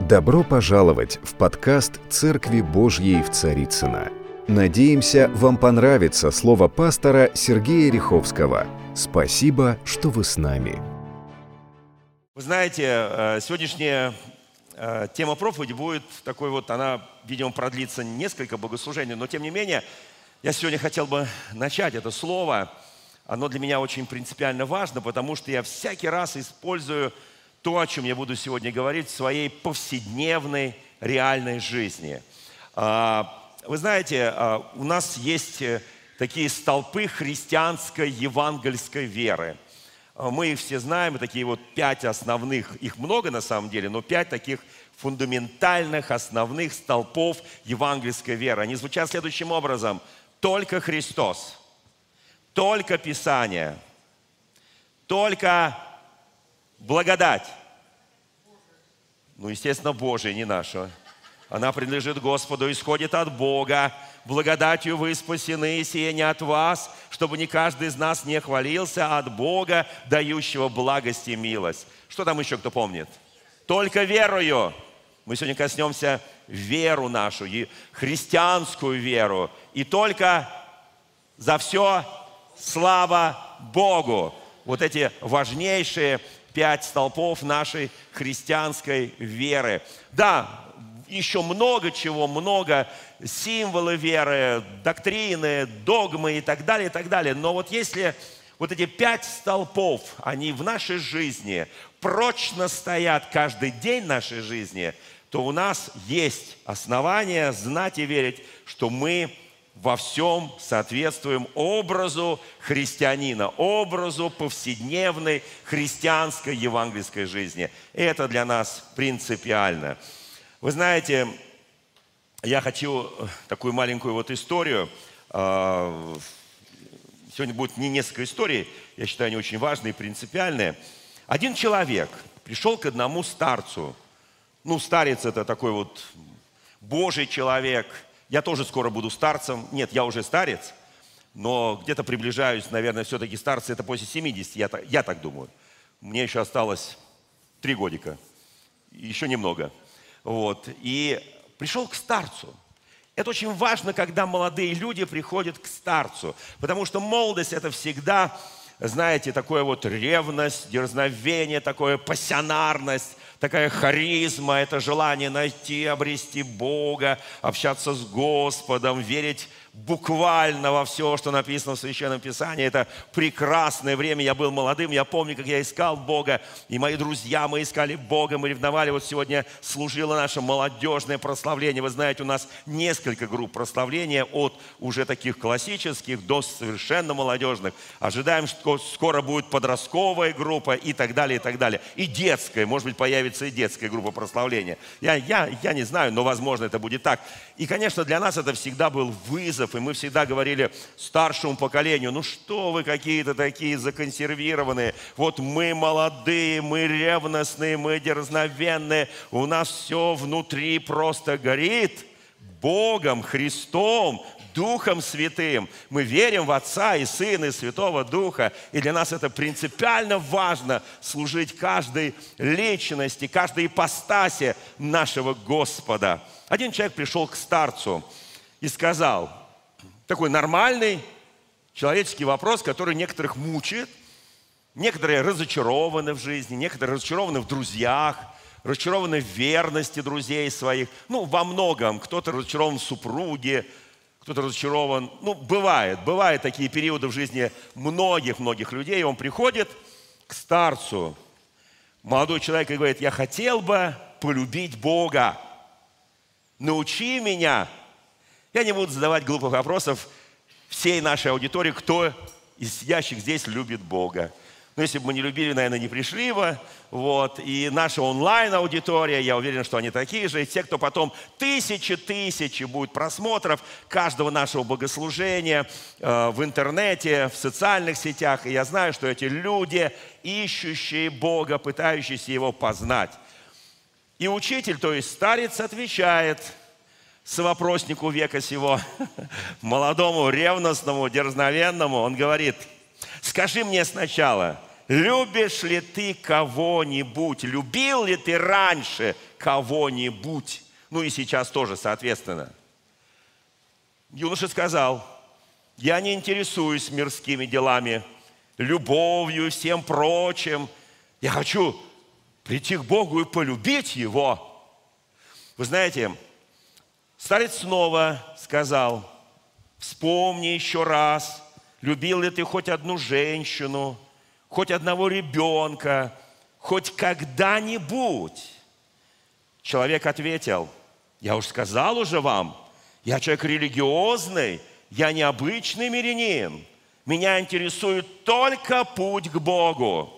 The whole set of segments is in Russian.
Добро пожаловать в подкаст «Церкви Божьей в Царицыно». Надеемся, вам понравится слово пастора Сергея Риховского. Спасибо, что вы с нами. Вы знаете, сегодняшняя тема проповеди будет такой вот, она, видимо, продлится несколько богослужений, но тем не менее, я сегодня хотел бы начать это слово. Оно для меня очень принципиально важно, потому что я всякий раз использую то, о чем я буду сегодня говорить в своей повседневной реальной жизни. Вы знаете, у нас есть такие столпы христианской евангельской веры. Мы их все знаем, такие вот 5 основных, их много на самом деле, но 5 таких фундаментальных, основных столпов евангельской веры. Они звучат следующим образом. Только Христос, только Писание, только благодать. Ну, естественно, Божия, не наша. Она принадлежит Господу, исходит от Бога. Благодатью вы спасены, сие не от вас, чтобы не каждый из нас не хвалился, а от Бога, дающего благость и милость. Что там еще, кто помнит? Только верою. Мы сегодня коснемся веру нашу, и христианскую веру. И только за все слава Богу. Вот эти важнейшие 5 столпов нашей христианской веры. Да, еще много чего, много символы веры, доктрины, догмы и так далее, и так далее. Но вот если вот эти 5 столпов, они в нашей жизни прочно стоят каждый день нашей жизни, то у нас есть основания знать и верить, что мы во всем соответствуем образу христианина, образу повседневной христианской евангельской жизни. И это для нас принципиально. Вы знаете, я хочу такую маленькую вот историю. Сегодня будет не несколько историй, я считаю, они очень важные и принципиальные. Один человек пришел к одному старцу. Ну, старец – это такой вот Божий человек. Я тоже скоро буду старцем. Нет, я уже старец, но где-то приближаюсь, наверное, все-таки старцы – это после 70, я так думаю. Мне еще осталось 3 годика, еще немного. Вот. И пришел к старцу. Это очень важно, когда молодые люди приходят к старцу, потому что молодость – это всегда, знаете, такое вот ревность, дерзновение, такое пассионарность, такая харизма, это желание найти, обрести Бога, общаться с Господом, верить буквально во все, что написано в Священном Писании. Это прекрасное время. Я был молодым, я помню, как я искал Бога, и мои друзья, мы искали Бога, мы ревновали. Вот сегодня служило наше молодежное прославление. Вы знаете, у нас несколько групп прославления, от уже таких классических до совершенно молодежных. Ожидаем, что скоро будет подростковая группа и так далее, и так далее. И детская, может быть, появится и детская группа прославления. Я не знаю, но, возможно, это будет так. И, конечно, для нас это всегда был вызов, и мы всегда говорили старшему поколению: ну что вы какие-то такие законсервированные, вот мы молодые, мы ревностные, мы дерзновенные, у нас все внутри просто горит Богом, Христом, Духом Святым. Мы верим в Отца и Сына и Святого Духа. И для нас это принципиально важно — служить каждой личности, каждой ипостаси нашего Господа. Один человек пришел к старцу и сказал, такой нормальный человеческий вопрос, который некоторых мучает. Некоторые разочарованы в жизни, некоторые разочарованы в друзьях, разочарованы в верности друзей своих. Ну, во многом. Кто-то разочарован в супруге, кто-то разочарован. Ну, бывают такие периоды в жизни многих людей. И он приходит к старцу, молодой человек, и говорит: я хотел бы полюбить Бога. Научи меня. Я не буду задавать глупых вопросов всей нашей аудитории, кто из сидящих здесь любит Бога. Но если бы мы не любили, наверное, не пришли бы. Вот. И наша онлайн-аудитория, я уверен, что они такие же. И те, кто потом тысячи будет просмотров каждого нашего богослужения в интернете, в социальных сетях. И я знаю, что эти люди, ищущие Бога, пытающиеся Его познать. И учитель, то есть старец, отвечает совопроснику века сего, молодому, ревностному, дерзновенному. Он говорит: скажи мне сначала, любишь ли ты кого-нибудь? Любил ли ты раньше кого-нибудь? Ну и сейчас тоже, соответственно. Юноша сказал: я не интересуюсь мирскими делами, любовью и всем прочим. Я хочу прийти к Богу и полюбить Его. Вы знаете, старец снова сказал: вспомни еще раз, любил ли ты хоть одну женщину, хоть одного ребенка, хоть когда-нибудь? Человек ответил: я уж сказал уже вам, я человек религиозный, я не обычный мирянин. Меня интересует только путь к Богу.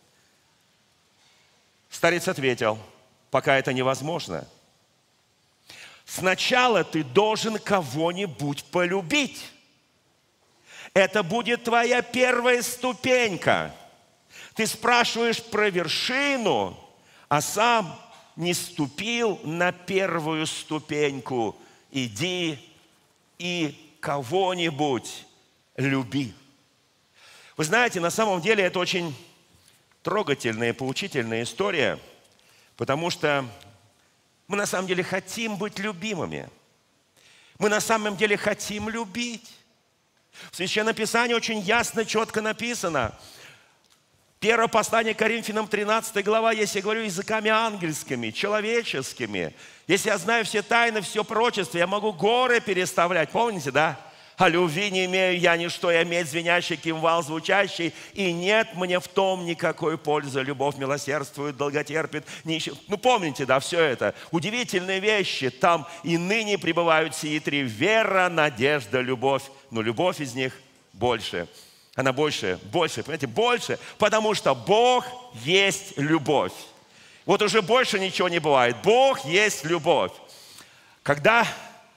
Старец ответил: пока это невозможно. Сначала ты должен кого-нибудь полюбить. Это будет твоя первая ступенька. Ты спрашиваешь про вершину, а сам не ступил на первую ступеньку. Иди и кого-нибудь люби. Вы знаете, на самом деле это очень трогательная и поучительная история, потому что мы на самом деле хотим быть любимыми. Мы на самом деле хотим любить. В Священном Писании очень ясно, четко написано. Первое послание к Коринфянам, 13 глава, если я говорю языками ангельскими, человеческими, если я знаю все тайны, все прочество, я могу горы переставлять. Помните, да? А любви не имею я ничто, я медь звенящий, кимвал звучащий, и нет мне в том никакой пользы. Любовь милосердствует, долготерпит, не ищет. Ну, помните, да, все это. Удивительные вещи. Там и ныне пребывают сии три: вера, надежда, любовь. Но любовь из них больше. Она больше, понимаете, больше, потому что Бог есть любовь. Вот уже больше ничего не бывает. Бог есть любовь. Когда,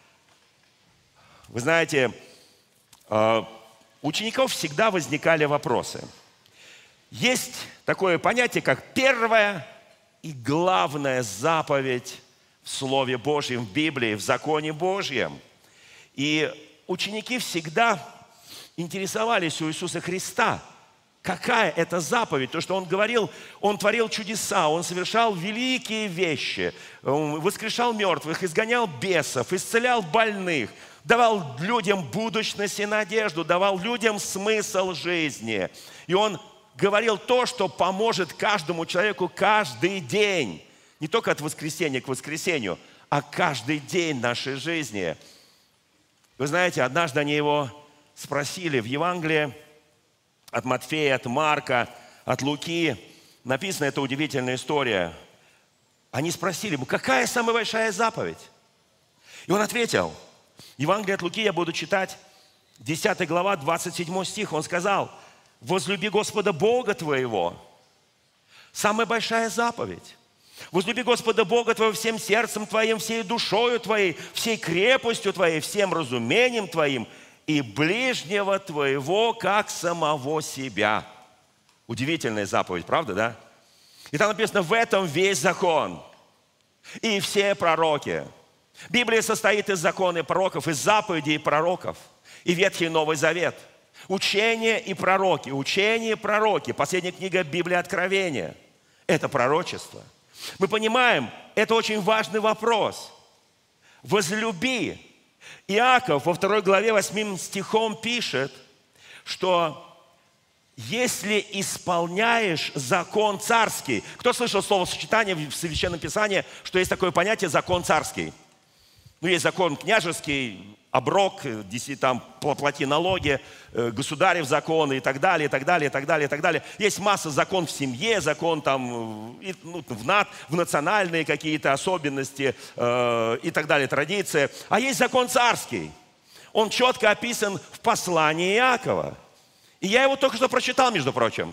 вы знаете, у учеников всегда возникали вопросы. Есть такое понятие, как первая и главная заповедь в Слове Божьем, в Библии, в законе Божьем. И ученики всегда интересовались у Иисуса Христа, какая это заповедь. То, что Он говорил, Он творил чудеса, Он совершал великие вещи, Он воскрешал мертвых, изгонял бесов, исцелял больных, давал людям будущность и надежду, давал людям смысл жизни. И Он говорил то, что поможет каждому человеку каждый день. Не только от воскресенья к воскресенью, а каждый день нашей жизни. Вы знаете, однажды они Его спросили в Евангелии от Матфея, от Марка, от Луки. Написана эта удивительная история. Они спросили ему: какая самая большая заповедь? И он ответил, Евангелие от Луки я буду читать, 10 глава, 27 стих. Он сказал: возлюби Господа Бога твоего. Самая большая заповедь. Возлюби Господа Бога твоего всем сердцем твоим, всей душою твоей, всей крепостью твоей, всем разумением твоим, и ближнего твоего, как самого себя. Удивительная заповедь, правда, да? И там написано: в этом весь закон и все пророки. Библия состоит из закона и пророков, из заповедей и пророков, и Ветхий и Новый Завет. Учение и пророки, учение и пророки. Последняя книга Библии Откровения – это пророчество. Мы понимаем, это очень важный вопрос. Возлюби. Иаков во 2 главе 8 стихом пишет, что если исполняешь закон царский. Кто слышал словосочетание в Священном Писании, что есть такое понятие закон царский? Ну, есть закон княжеский, оброк, там, плати налоги, государев законы и так далее, и так далее, и так далее, и так далее. Есть масса закон в семье, закон там, в национальные какие-то особенности и так далее, традиции. А есть закон царский. Он четко описан в послании Иакова. И я его только что прочитал, между прочим.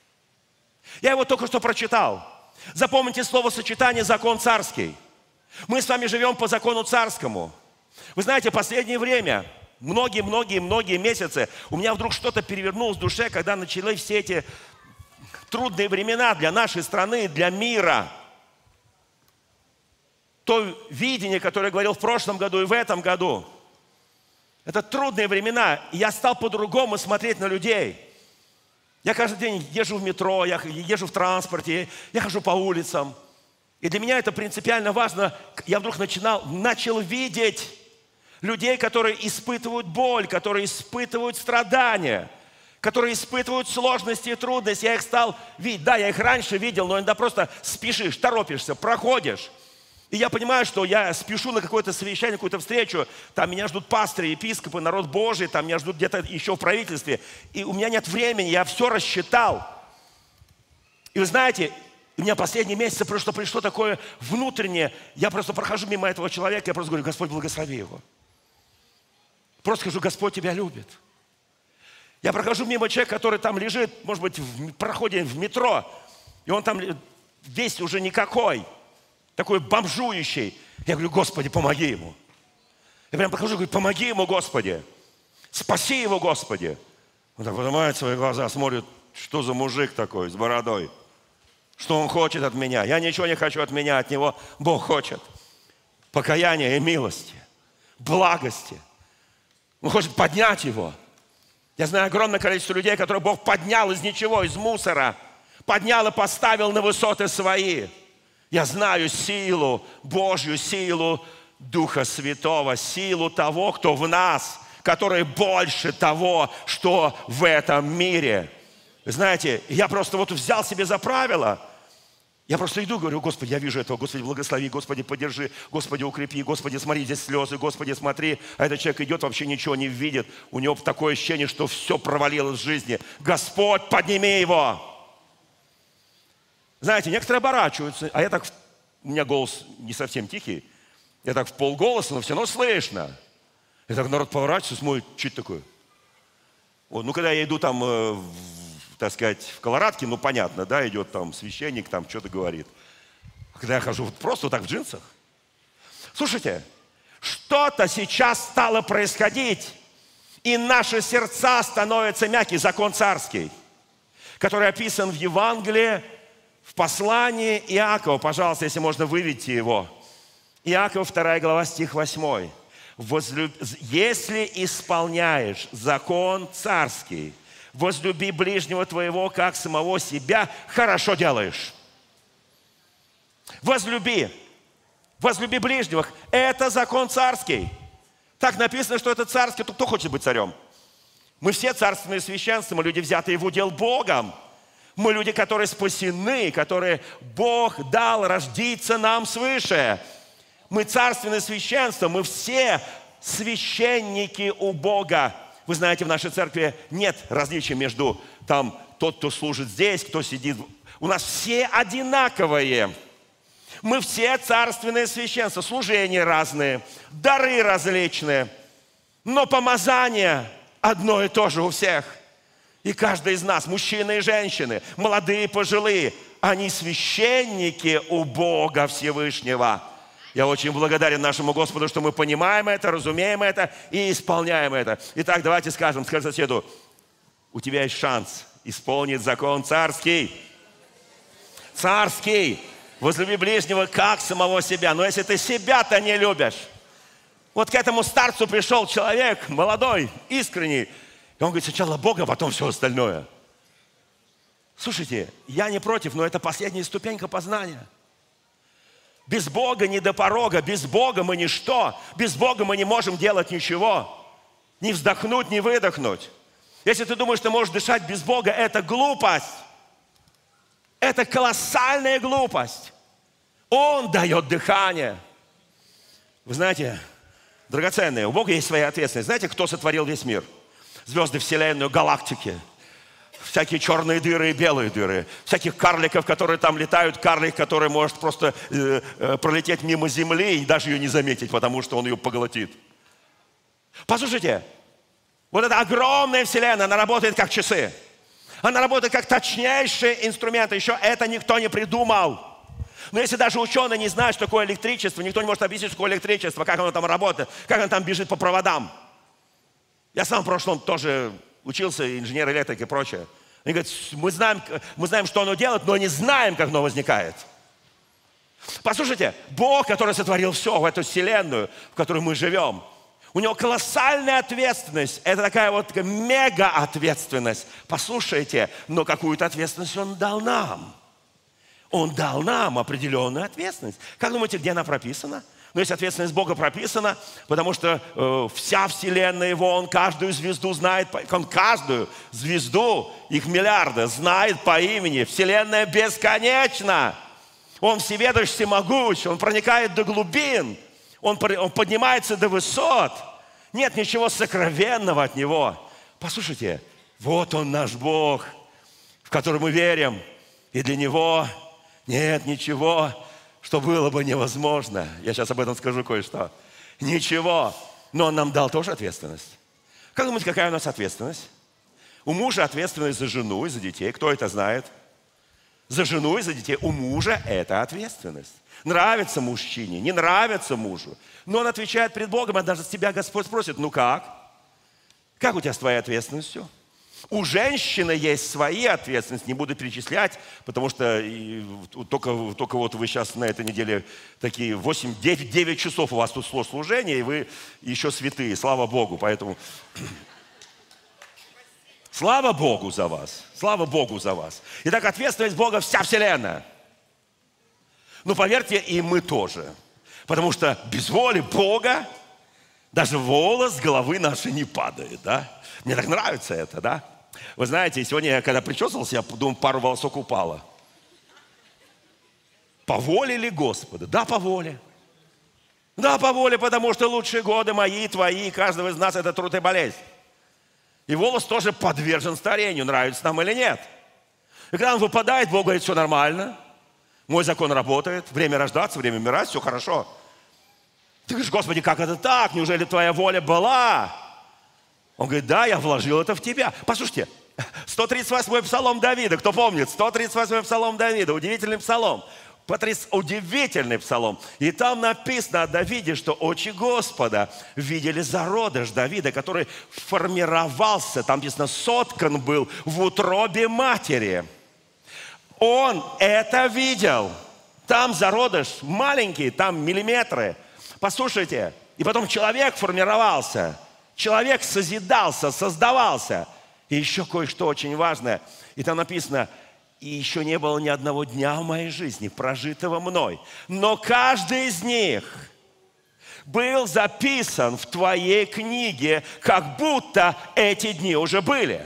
Я его только что прочитал. Запомните словосочетание «закон царский». Мы с вами живем по закону царскому. Вы знаете, в последнее время, многие месяцы, у меня вдруг что-то перевернулось в душе, когда начались все эти трудные времена для нашей страны, для мира. То видение, которое я говорил в прошлом году и в этом году. Это трудные времена, и я стал по-другому смотреть на людей. Я каждый день езжу в метро, я езжу в транспорте, я хожу по улицам. И для меня это принципиально важно. Я вдруг начал видеть людей, которые испытывают боль, которые испытывают страдания, которые испытывают сложности и трудности. Я их стал видеть. Да, я их раньше видел, но иногда просто спешишь, торопишься, проходишь. И я понимаю, что я спешу на какое-то совещание, какую-то встречу. Там меня ждут пастыри, епископы, народ Божий, там меня ждут где-то еще в правительстве. И у меня нет времени, я все рассчитал. И вы знаете, у меня последние месяцы просто пришло такое внутреннее. Я просто прохожу мимо этого человека, я просто говорю: Господь, благослови его. Просто скажу: Господь тебя любит. Я прохожу мимо человека, который там лежит, может быть, в проходе в метро, и он там весь уже никакой, такой бомжующий. Я говорю: Господи, помоги ему. Я прям подхожу и говорю: помоги ему, Господи. Спаси его, Господи. Он так поднимает свои глаза, смотрит: что за мужик такой с бородой? Что он хочет от меня? Я ничего не хочу от меня, от него Бог хочет. Покаяния и милости, благости. Он хочет поднять его. Я знаю огромное количество людей, которые Бог поднял из ничего, из мусора. Поднял и поставил на высоты свои. Я знаю силу Божью, силу Духа Святого, силу того, кто в нас, который больше того, что в этом мире. Вы знаете, я просто вот взял себе за правило. Я просто иду, говорю: Господи, я вижу этого, Господи, благослови, Господи, поддержи, Господи, укрепи, Господи, смотри, здесь слезы, Господи, смотри. А этот человек идет, вообще ничего не видит. У него такое ощущение, что все провалилось в жизни. Господь, подними его. Знаете, некоторые оборачиваются, а я так, у меня голос не совсем тихий, я так в полголоса, но все равно слышно. И так народ поворачивается, смотрит: что это такое? Вот, ну, когда я иду там, так сказать, в Колорадке, ну, понятно, да, идет там священник, там что-то говорит. А когда я хожу просто вот так в джинсах. Слушайте, что-то сейчас стало происходить, и наши сердца становятся мягкие. Закон царский, который описан в Евангелии, в послании Иакова. Пожалуйста, если можно, выведите его. Иаков, 2 глава, стих 8. «Если исполняешь закон царский, возлюби ближнего твоего, как самого себя, хорошо делаешь». Возлюби ближнего. Это закон царский. Так написано, что это царский. Кто хочет быть царем? Мы все царственные священства, мы люди, взятые в удел Богом. Мы люди, которые спасены, которые Бог дал родиться нам свыше. Мы царственное священство, мы все священники у Бога. Вы знаете, в нашей церкви нет различия между там тот, кто служит здесь, кто сидит. У нас все одинаковые. Мы все царственное священство, служения разные, дары различные, но помазание одно и то же у всех. И каждый из нас, мужчины и женщины, молодые и пожилые, они священники у Бога Всевышнего. Я очень благодарен нашему Господу, что мы понимаем это, разумеем это и исполняем это. Итак, давайте скажем соседу: у тебя есть шанс исполнить закон царский. Царский. Возлюби ближнего, как самого себя. Но если ты себя-то не любишь. Вот к этому старцу пришел человек, молодой, искренний. И он говорит: сначала Бога, а потом все остальное. Слушайте, я не против, но это последняя ступенька познания. Без Бога не до порога, без Бога мы ничто. Без Бога мы не можем делать ничего. Ни вздохнуть, ни выдохнуть. Если ты думаешь, что можешь дышать без Бога, это глупость. Это колоссальная глупость. Он дает дыхание. Вы знаете, драгоценные, у Бога есть своя ответственность. Знаете, кто сотворил весь мир? Звезды, Вселенную, галактики. Всякие черные дыры и белые дыры. Всяких карликов, которые там летают. Карлик, который может просто пролететь мимо Земли и даже ее не заметить, потому что он ее поглотит. Послушайте, вот эта огромная Вселенная, она работает как часы. Она работает как точнейший инструмент. Еще это никто не придумал. Но если даже ученые не знают, что такое электричество, никто не может объяснить, что такое электричество, как оно там работает, как оно там бежит по проводам. Я сам в прошлом тоже учился, инженер-электрик и прочее. Они говорят: мы знаем, что оно делает, но не знаем, как оно возникает. Послушайте, Бог, который сотворил все в эту вселенную, в которой мы живем, У него колоссальная ответственность. Это такая вот мега-ответственность. Послушайте, но какую-то ответственность Он дал нам. Он дал нам определенную ответственность. Как думаете, где она прописана? Ну, если ответственность Бога прописана, потому что вся вселенная Его, Он каждую звезду знает, Он каждую звезду, их миллиарды, знает по имени. Вселенная бесконечна. Он всеведущ, всемогущ, Он проникает до глубин, Он поднимается до высот. Нет ничего сокровенного от Него. Послушайте, вот Он наш Бог, в который мы верим, и для Него нет ничего, что было бы невозможно. Я сейчас об этом скажу кое-что. Ничего. Но Он нам дал тоже ответственность. Как думаете, какая у нас ответственность? У мужа ответственность за жену и за детей. Кто это знает? За жену и за детей. У мужа это ответственность. Нравится мужчине, не нравится мужу. Но он отвечает перед Богом, а даже тебя Господь спросит, ну как? Как у тебя с твоей ответственностью? У женщины есть свои ответственности, не буду перечислять, потому что только вот вы сейчас на этой неделе такие 8-9 часов у вас тут служение, и вы еще святые, слава Богу, поэтому слава Богу за вас, слава Богу за вас. Итак, ответственность Бога вся вселенная. Ну, поверьте, и мы тоже, потому что без воли Бога даже волос с головы нашей не падает, да? Мне так нравится это, да? Вы знаете, сегодня я когда причесывался, я думаю, пару волосок упало. По воле ли Господа? Да, по воле. Да, по воле, потому что лучшие годы мои, твои, каждого из нас это труд и болезнь. И волос тоже подвержен старению, нравится нам или нет. И когда он выпадает, Бог говорит, все нормально. Мой закон работает, время рождаться, время умирать, все хорошо. Ты говоришь, Господи, как это так? Неужели твоя воля была? Он говорит, да, я вложил это в тебя. Послушайте, 138-й псалом Давида, кто помнит? 138-й псалом Давида, удивительный псалом. Удивительный псалом. И там написано о Давиде, что очи Господа видели зародыш Давида, который формировался, там написано, соткан был в утробе матери. Он это видел. Там зародыш маленький, там миллиметры. Послушайте, и потом человек формировался. Человек созидался, создавался. И еще кое-что очень важное. И там написано, и еще не было ни одного дня в моей жизни, прожитого мной. Но каждый из них был записан в твоей книге, как будто эти дни уже были.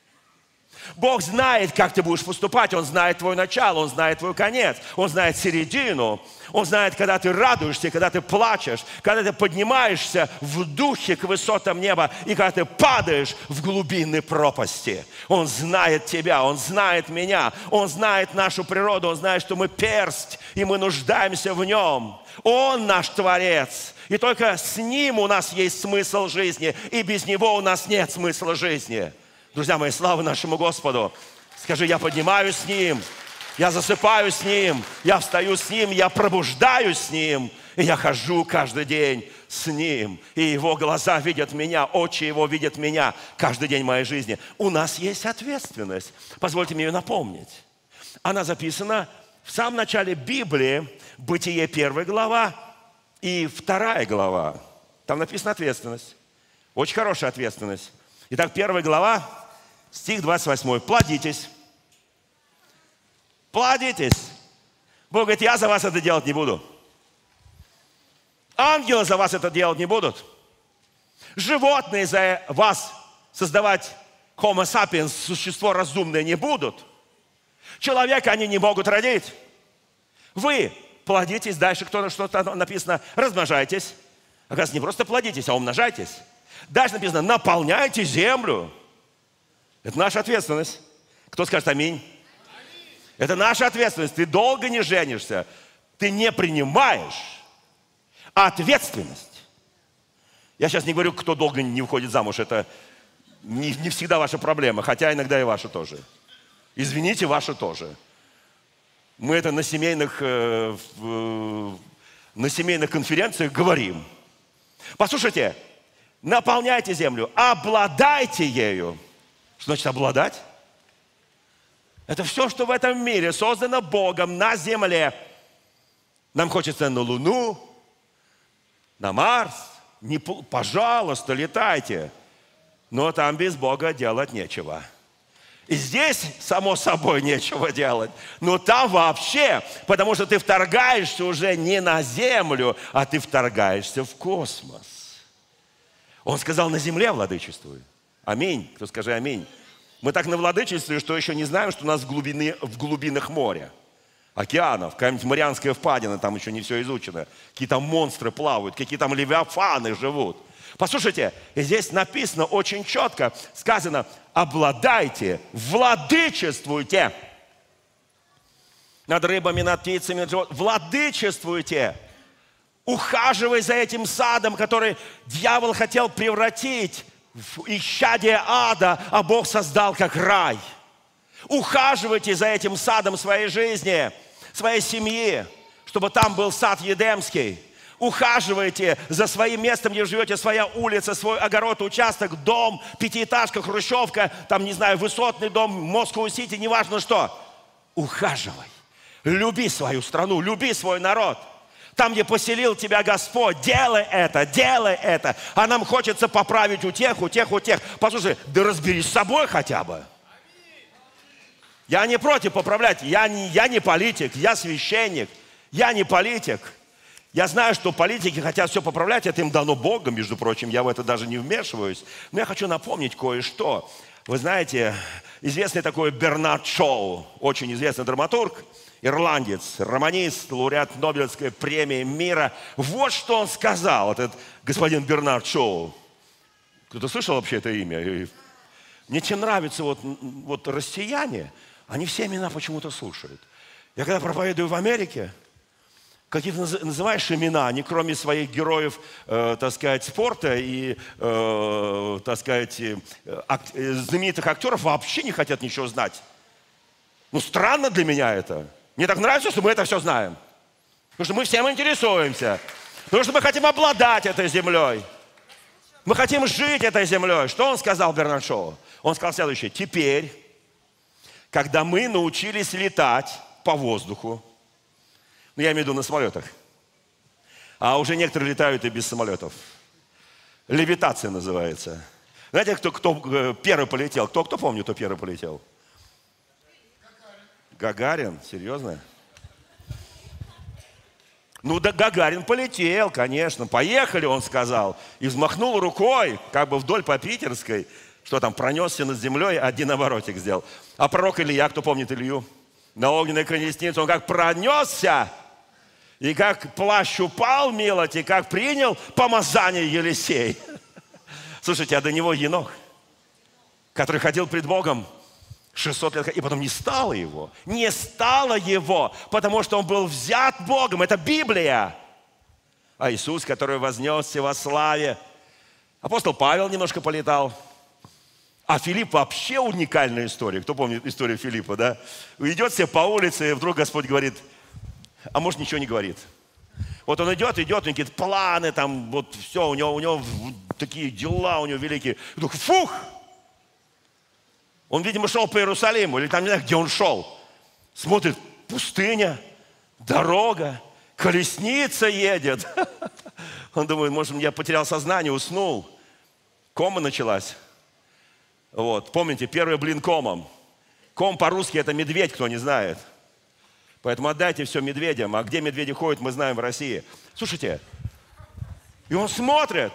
Бог знает, как ты будешь поступать. Он знает твое начало, Он знает твой конец. Он знает середину. Он знает, когда ты радуешься, когда ты плачешь, когда ты поднимаешься в духе к высотам неба и когда ты падаешь в глубины пропасти. Он знает тебя, Он знает меня, Он знает нашу природу, Он знает, что мы перст, и мы нуждаемся в Нем. Он наш Творец. И только с Ним у нас есть смысл жизни, и без Него у нас нет смысла жизни. Друзья мои, слава нашему Господу. Скажи, я поднимаюсь с Ним, я засыпаю с Ним, я встаю с Ним, я пробуждаюсь с Ним, и я хожу каждый день с Ним. И Его глаза видят меня, очи Его видят меня каждый день моей жизни. У нас есть ответственность. Позвольте мне ее напомнить. Она записана в самом начале Библии, Бытие 1 глава и 2 глава. Там написана ответственность. Очень хорошая ответственность. Итак, 1 глава, стих 28. Плодитесь. Плодитесь. Бог говорит, я за вас это делать не буду. Ангелы за вас это делать не будут. Животные за вас создавать Homo sapiens, существо разумное, не будут. Человека они не могут родить. Вы плодитесь. Дальше что-то написано. Размножайтесь. Оказывается, не просто плодитесь, а умножайтесь. Дальше написано, наполняйте землю. Это наша ответственность. Кто скажет аминь? Это наша ответственность. Ты долго не женишься. Ты не принимаешь ответственность. Я сейчас не говорю, кто долго не выходит замуж. Это не всегда ваша проблема, хотя иногда и ваша тоже. Извините, ваша тоже. Мы это на семейных конференциях говорим. Послушайте, наполняйте землю, обладайте ею. Что значит обладать? Это все, что в этом мире создано Богом на земле. Нам хочется на Луну, на Марс, Пожалуйста, летайте. Но там без Бога делать нечего. И здесь, само собой, нечего делать. Но там вообще, потому что ты вторгаешься уже не на землю, а ты вторгаешься в космос. Он сказал, на земле владычествуй. Аминь. Кто скажи аминь. Мы так навладычествуем, что еще не знаем, что у нас в глубинах моря, океанов, какая-нибудь Марианская впадина, там еще не все изучено. Какие там монстры плавают, какие там левиафаны живут. Послушайте, здесь написано очень четко, сказано, обладайте, владычествуйте. Над рыбами, над птицами, владычествуйте. Ухаживай за этим садом, который дьявол хотел превратить в исчадие ада, а Бог создал как рай. Ухаживайте за этим садом своей жизни, своей семьи, чтобы там был сад Едемский. Ухаживайте за своим местом, где живете, своя улица, свой огород, участок, дом, пятиэтажка, хрущевка, там, не знаю, высотный дом, Москва-Сити, неважно что. Ухаживай. Люби свою страну, люби свой народ. Там, где поселил тебя Господь, делай это, делай это. А нам хочется поправить у тех. Послушай, да разберись с собой хотя бы. Я не против поправлять, я не политик, я священник, я не политик. Я знаю, что политики хотят все поправлять, это им дано Богом, между прочим, я в это даже не вмешиваюсь. Но я хочу напомнить кое-что. Вы знаете, известный такой Бернард Шоу, очень известный драматург, ирландец, романист, лауреат Нобелевской премии мира. Вот что он сказал, этот господин Бернард Шоу. Кто-то слышал вообще это имя? Мне чем нравится вот россияне, они все имена почему-то слушают. Я когда проповедую в Америке, каких-то называешь имена, они кроме своих героев, так сказать, спорта и, так сказать, знаменитых актеров вообще не хотят ничего знать. Ну, странно для меня это. Мне так нравится, что мы это все знаем. Потому что мы всем интересуемся. Потому что мы хотим обладать этой землей. Мы хотим жить этой землей. Что он сказал, Бернард Шоу? Он сказал следующее. Теперь, когда мы научились летать по воздуху, ну, я имею в виду на самолетах, а уже некоторые летают и без самолетов. Левитация называется. Знаете, кто первый полетел? Кто помнит, кто первый полетел? Гагарин? Серьезно? Ну, да, Гагарин полетел, конечно. Поехали, он сказал. И взмахнул рукой, как бы вдоль по Питерской, что там, пронесся над землей, один оборотик сделал. А пророк Илья, кто помнит Илью? На огненной колеснице он как пронесся, и как плащ упал милость, и как принял помазание Елисей. Слушайте, а до него Енох, который ходил пред Богом 600 лет, и потом не стало его. Не стало его, потому что он был взят Богом. Это Библия. А Иисус, который вознесся во славе. Апостол Павел немножко полетал. А Филипп вообще уникальная история. Кто помнит историю Филиппа, да? Идет себе по улице, и вдруг Господь говорит, а может ничего не говорит. Вот он идет, у него какие-то планы, там, вот все, у него такие дела, у него великие. И вдруг, фух! Он, видимо, шел по Иерусалиму, или там не знаю, где он шел. Смотрит, пустыня, дорога, колесница едет. Он думает, может, я потерял сознание, уснул. Кома началась. Вот, помните, первый блин комом. Ком по-русски это медведь, кто не знает. Поэтому отдайте все медведям. А где медведи ходят, мы знаем в России. Слушайте, и он смотрит.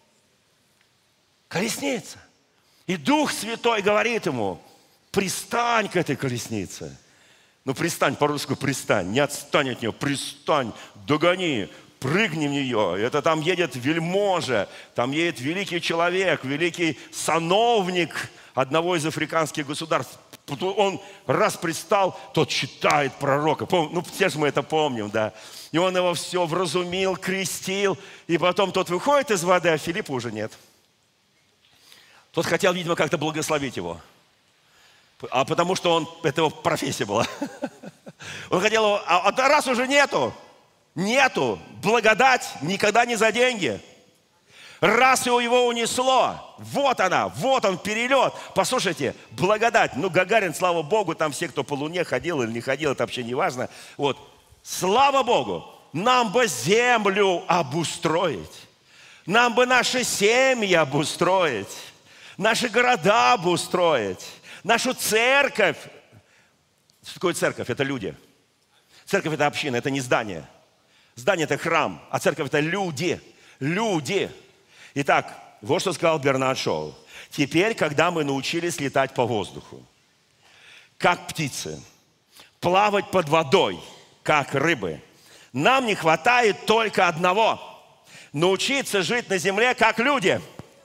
Колесница. И Дух Святой говорит ему, пристань к этой колеснице. Ну, пристань, по-русски пристань. Не отстань от нее, пристань, догони, прыгни в нее. Это там едет вельможа, там едет великий человек, великий сановник одного из африканских государств. Он раз пристал, тот читает пророка. Ну, все же мы это помним, да. И он его все вразумил, крестил. И потом тот выходит из воды, а Филиппа уже нет. Тот хотел, видимо, как-то благословить его. А потому что это его профессия была. Он хотел его, а раз уже нету, благодать никогда не за деньги. Раз его унесло, вот она, вот он перелет. Послушайте, благодать. Ну, Гагарин, слава Богу, там все, кто по Луне ходил или не ходил, это вообще не важно. Вот, слава Богу, нам бы землю обустроить. Нам бы наши семьи обустроить, наши города обустроить, нашу церковь. Что такое церковь? Это люди. Церковь – это община, это не здание. Здание – это храм, а церковь – это люди. Люди. Итак, вот что сказал Бернард Шоу. Теперь, когда мы научились летать по воздуху, как птицы, плавать под водой, как рыбы, нам не хватает только одного – научиться жить на земле, как люди.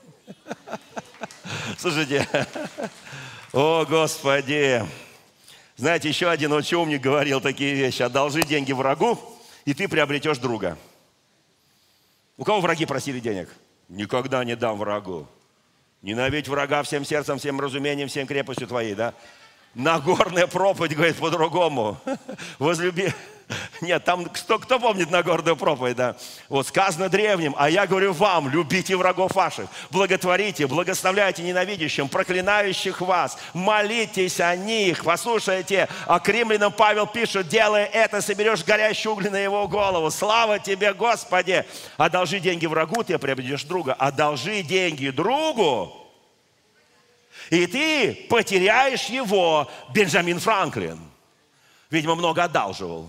Слушайте, о Господи! Знаете, еще один очень умник говорил такие вещи. Одолжи деньги врагу, и ты приобретешь друга. У кого враги просили денег? Никогда не дам врагу. Ненавидь врага всем сердцем, всем разумением, всем крепостью твоей, да? Нагорная проповедь, говорит, по-другому. Возлюби... Нет, там кто помнит Нагорную проповедь, да? Вот сказано древним, а я говорю вам, любите врагов ваших, благотворите, благословляйте ненавидящим, проклинающих вас, молитесь о них. Послушайте, а к римлянам Павел пишет, делая это, соберешь горящие угли на его голову. Слава тебе, Господи! Одолжи деньги врагу, ты приобретешь друга. Одолжи деньги другу, и ты потеряешь его. Бенджамин Франклин, видимо, много одалживал.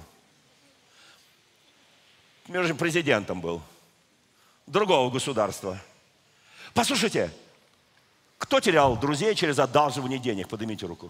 Между прочим, президентом был другого государства. Послушайте, кто терял друзей через одалживание денег? Поднимите руку.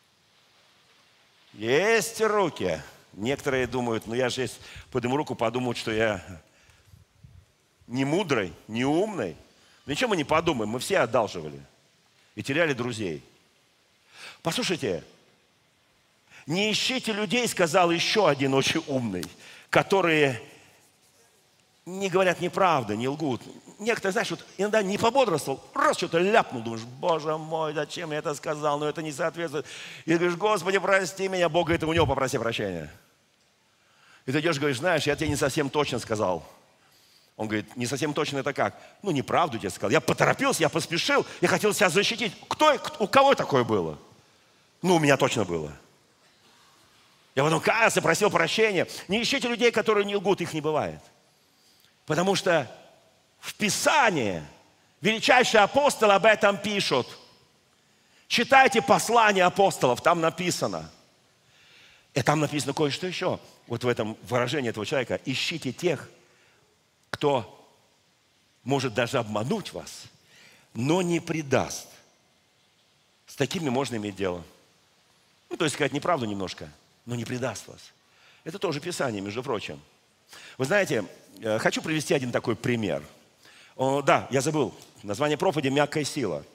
Есть руки. Некоторые думают, ну я же здесь подниму руку, подумают, что я не мудрый, не умный. Ничего мы не подумаем, мы все одалживали и теряли друзей. Послушайте, не ищите людей, сказал еще один очень умный, которые не говорят неправду, не лгут. Некоторые, знаешь, вот иногда не пободрствовал, раз что-то ляпнул, думаешь, Боже мой, зачем я это сказал, но это не соответствует. И ты говоришь, Господи, прости меня, Бог говорит, у него попроси прощения. И ты идешь, говоришь, знаешь, я тебе не совсем точно сказал. Он говорит, не совсем точно это как? Ну, неправду тебе сказал. Я поторопился, я поспешил, я хотел себя защитить. У кого такое было? Ну, у меня точно было. Я потом каялся, просил прощения. Не ищите людей, которые не лгут, их не бывает. Потому что в Писании величайшие апостолы об этом пишут. Читайте послания апостолов, там написано. И там написано кое-что еще. Вот в этом выражении этого человека. Ищите тех, кто может даже обмануть вас, но не предаст. С такими можно иметь дело. Ну, то есть сказать неправду немножко, но не предаст вас. Это тоже Писание, между прочим. Вы знаете, хочу привести один такой пример. Да, я забыл. Название проповеди «Мягкая сила».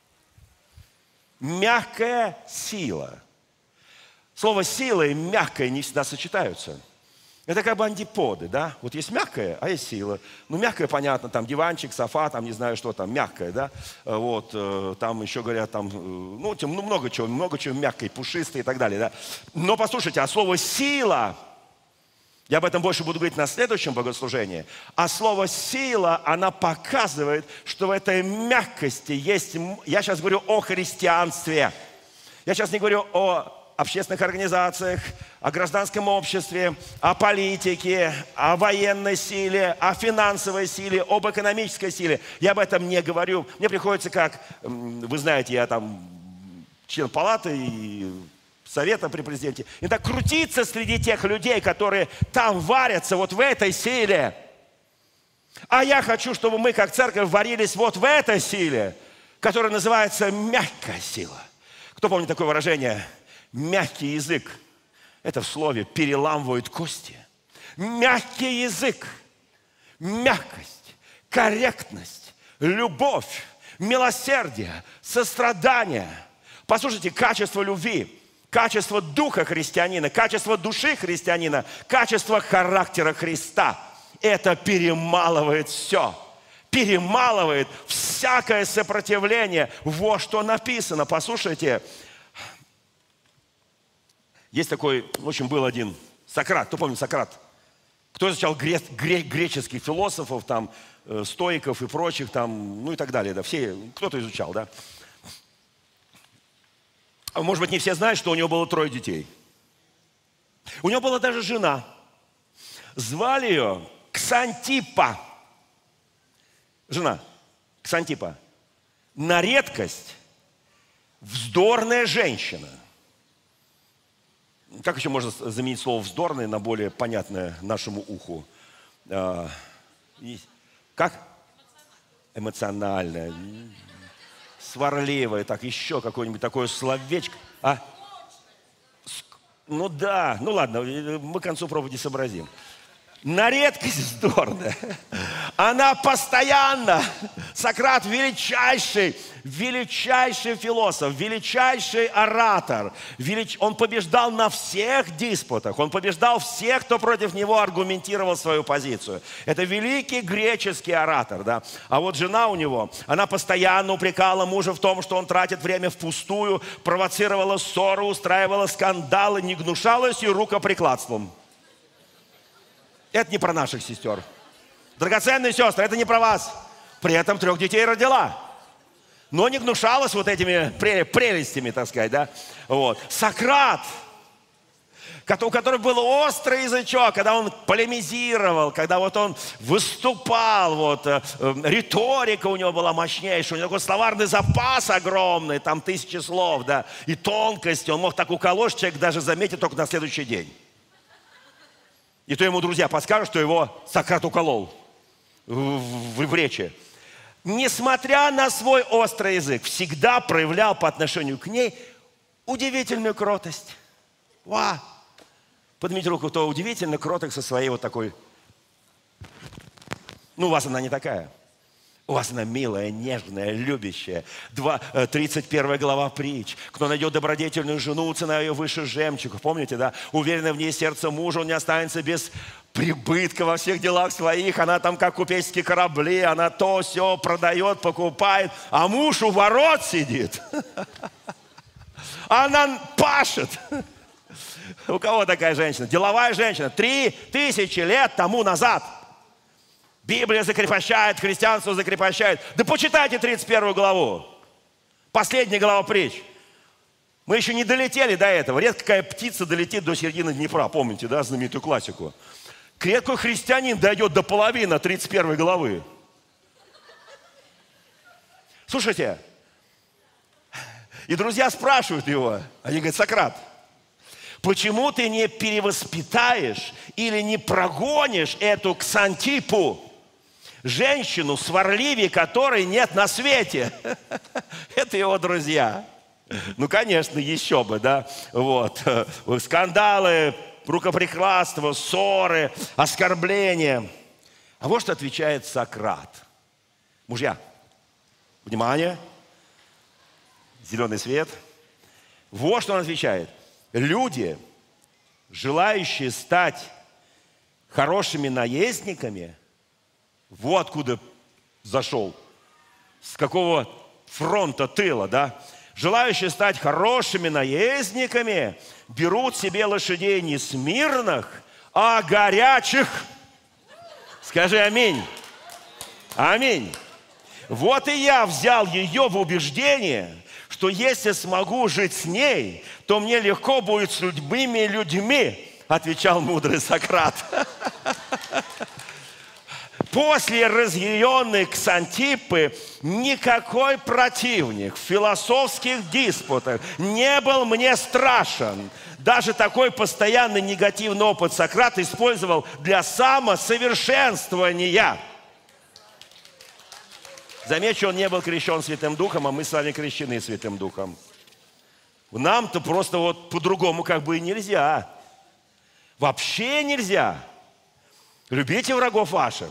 Мягкая сила. Слово «сила» и «мягкая» не всегда сочетаются. Это как бы антиподы, да? Вот есть мягкая, а есть сила. Ну, мягкая, понятно, там диванчик, софа, там не знаю что там, мягкая, да? Вот, там еще говорят, там, ну, много чего мягкой, пушистой и так далее, да? Но послушайте, а слово «сила», я об этом больше буду говорить на следующем богослужении, а слово «сила», она показывает, что в этой мягкости есть, я сейчас говорю о христианстве, я сейчас не говорю о общественных организациях, о гражданском обществе, о политике, о военной силе, о финансовой силе, об экономической силе. Я об этом не говорю. Мне приходится, как, вы знаете, я там член палаты и совета при президенте, и так крутиться среди тех людей, которые там варятся, вот в этой силе. А я хочу, чтобы мы, как церковь, варились вот в этой силе, которая называется мягкая сила. Кто помнит такое выражение? Мягкий язык, это в слове переламывает кости. Мягкий язык, мягкость, корректность, любовь, милосердие, сострадание. Послушайте, качество любви, качество духа христианина, качество души христианина, качество характера Христа. Это перемалывает все. Перемалывает всякое сопротивление. Вот что написано. Послушайте. Есть такой, в общем, был один Сократ. Кто помнит Сократ? Кто изучал греческих философов, там, стоиков и прочих, там, ну и так далее. Да, все, кто-то изучал, да? Может быть, не все знают, что у него было 3 детей. У него была даже жена. Звали ее Ксантиппа. жена Ксантипа, на редкость вздорная женщина. Как еще можно заменить слово «вздорный» на более понятное нашему уху? Как? Эмоциональная. Сварливая. Так, еще какое-нибудь такое словечко. Ну да, ну ладно, мы к концу проповеди сообразим. На редкость вздорная. Она постоянно, Сократ величайший философ, величайший оратор. Он побеждал на всех диспутах, он побеждал всех, кто против него аргументировал свою позицию. Это великий греческий оратор, да. А вот жена у него, она постоянно упрекала мужа в том, что он тратит время впустую, провоцировала ссоры, устраивала скандалы, не гнушалась и рукоприкладством. Это не про наших сестер. Драгоценные сестры, это не про вас. При этом 3 детей родила. Но не гнушалась вот этими прелестями, так сказать, да. Вот. Сократ, у которого был острый язычок, когда он полемизировал, когда вот он выступал, вот, риторика у него была мощнейшая, у него такой словарный запас огромный, там 1000 слов, да, и тонкости, он мог так уколоть, человек даже заметит только на следующий день. И то ему друзья подскажут, что его Сократ уколол в речи. Несмотря на свой острый язык, всегда проявлял по отношению к ней удивительную кротость. Поднимите руку, кто удивительно кроток со своей вот такой. Ну, у вас она не такая. У вас она милая, нежная, любящая. 31 глава притч. Кто найдет добродетельную жену, цена ее выше жемчуга. Помните, да? Уверенное в ней сердце мужа, он не останется без прибытка во всех делах своих. Она там как купеческие корабли, она то все продает, покупает. А муж у ворот сидит. Она пашет. У кого такая женщина? Деловая женщина. 3000 лет тому назад. Библия закрепощает, христианство закрепощает. Да почитайте 31 главу. Последняя глава притч. Мы еще не долетели до этого. Редко какая птица долетит до середины Днепра. Помните, да, знаменитую классику? Редко христианин дойдет до половины 31 главы. Слушайте. И друзья спрашивают его. Они говорят: Сократ, почему ты не перевоспитаешь или не прогонишь эту Ксантипу, женщину, сварливее которой нет на свете? Это его друзья. Ну, конечно, еще бы, да. Вот. Скандалы, рукоприкладство, ссоры, оскорбления. А вот что отвечает Сократ. Мужья, внимание, зеленый свет. Вот что он отвечает. Люди, желающие стать хорошими наездниками, вот откуда зашел, с какого фронта тыла, да? Желающие стать хорошими наездниками берут себе лошадей не смирных, а горячих. Скажи аминь. Аминь. Вот и я взял ее в убеждение, что если смогу жить с ней, то мне легко будет с любыми людьми, отвечал мудрый Сократ. После разъяренной Ксантипы никакой противник в философских диспутах не был мне страшен. Даже такой постоянный негативный опыт Сократ использовал для самосовершенствования. Замечу, он не был крещен Святым Духом, а мы с вами крещены Святым Духом. Нам-то просто вот по-другому как бы и нельзя. Вообще нельзя. Любите врагов ваших.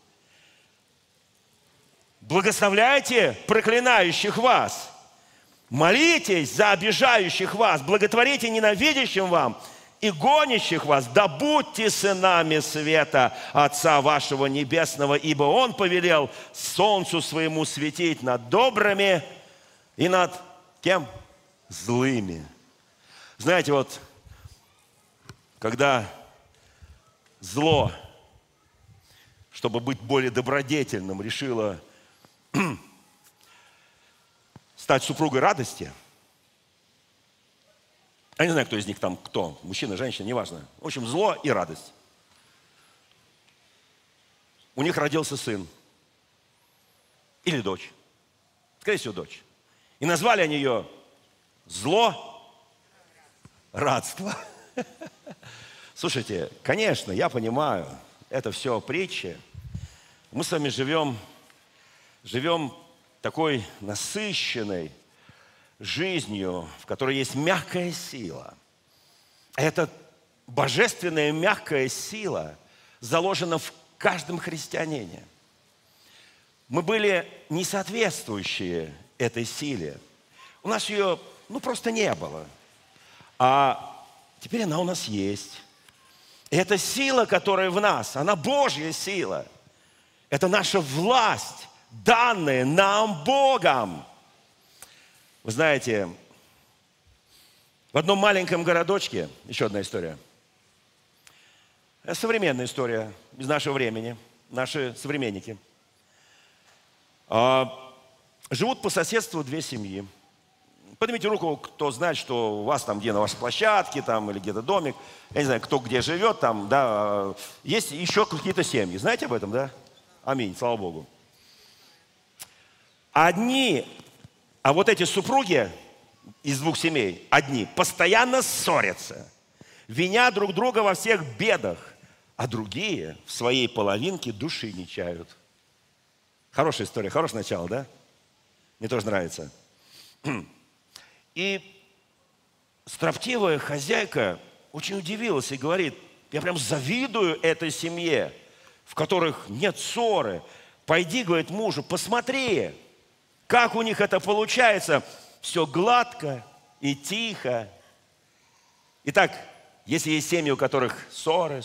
Благословляйте проклинающих вас. Молитесь за обижающих вас. Благотворите ненавидящим вам и гонящих вас. Да будьте сынами света Отца вашего Небесного, ибо Он повелел солнцу своему светить над добрыми и над кем? Злыми. Знаете, вот когда зло, чтобы быть более добродетельным, решило стать супругой радости. Я не знаю, кто из них там кто. Мужчина, женщина, неважно. В общем, зло и радость. У них родился сын. Или дочь. Скорее всего, дочь. И назвали они ее злорадство. Слушайте, конечно, я понимаю, это все притчи. Мы с вами живем такой насыщенной жизнью, в которой есть мягкая сила. Эта божественная мягкая сила заложена в каждом христианине. Мы были не соответствующие этой силе. У нас ее, просто не было. А теперь она у нас есть. И эта сила, которая в нас, она Божья сила. Это наша власть, данная нам Богом. Вы знаете, в одном маленьком городочке, еще одна история, современная история из нашего времени, наши современники, живут по соседству две семьи. Поднимите руку, кто знает, что у вас там где на вашей площадке там, или где-то домик, я не знаю, кто где живет там, да, есть еще какие-то семьи. Знаете об этом, да? Аминь, слава Богу. А вот эти супруги из двух семей, одни, постоянно ссорятся, винят друг друга во всех бедах, а другие в своей половинке души не чают. Хорошая история, хорошее начало, да? Мне тоже нравится. И строптивая хозяйка очень удивилась и говорит: я прям завидую этой семье, в которых нет ссоры. Пойди, говорит мужу, посмотри, как у них это получается. Все гладко и тихо. Итак, если есть семьи, у которых ссоры,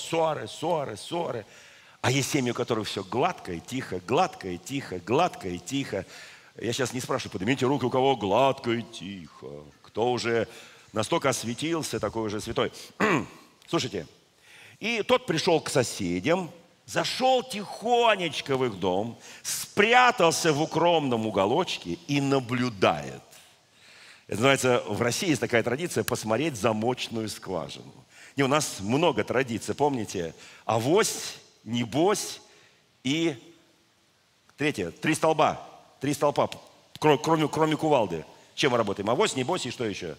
а есть семьи, у которых все гладко и тихо, гладко и тихо, гладко и тихо. Я сейчас не спрашиваю, поднимите руки, у кого гладко и тихо. Кто уже настолько осветился, такой уже святой. Слушайте, и тот пришел к соседям, зашел тихонечко в их дом, спрятался в укромном уголочке и наблюдает. Это называется, в России есть такая традиция посмотреть замочную скважину. И у нас много традиций, помните? Авось, небось и третье, три столба, кроме кувалды. Чем мы работаем? Авось, небось и что еще?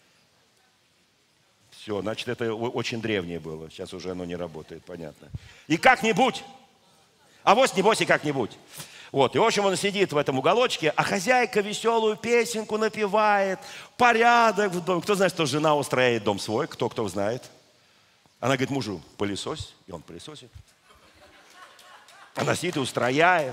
Все, значит, это очень древнее было. Сейчас уже оно не работает, понятно. И как-нибудь. Авось, небось и как-нибудь. Вот, и в общем он сидит в этом уголочке, а хозяйка веселую песенку напевает, порядок в доме. Кто знает, что жена устраивает дом свой? Кто знает? Она говорит мужу: пылесось, и он пылесосит. Она сидит и устрояет.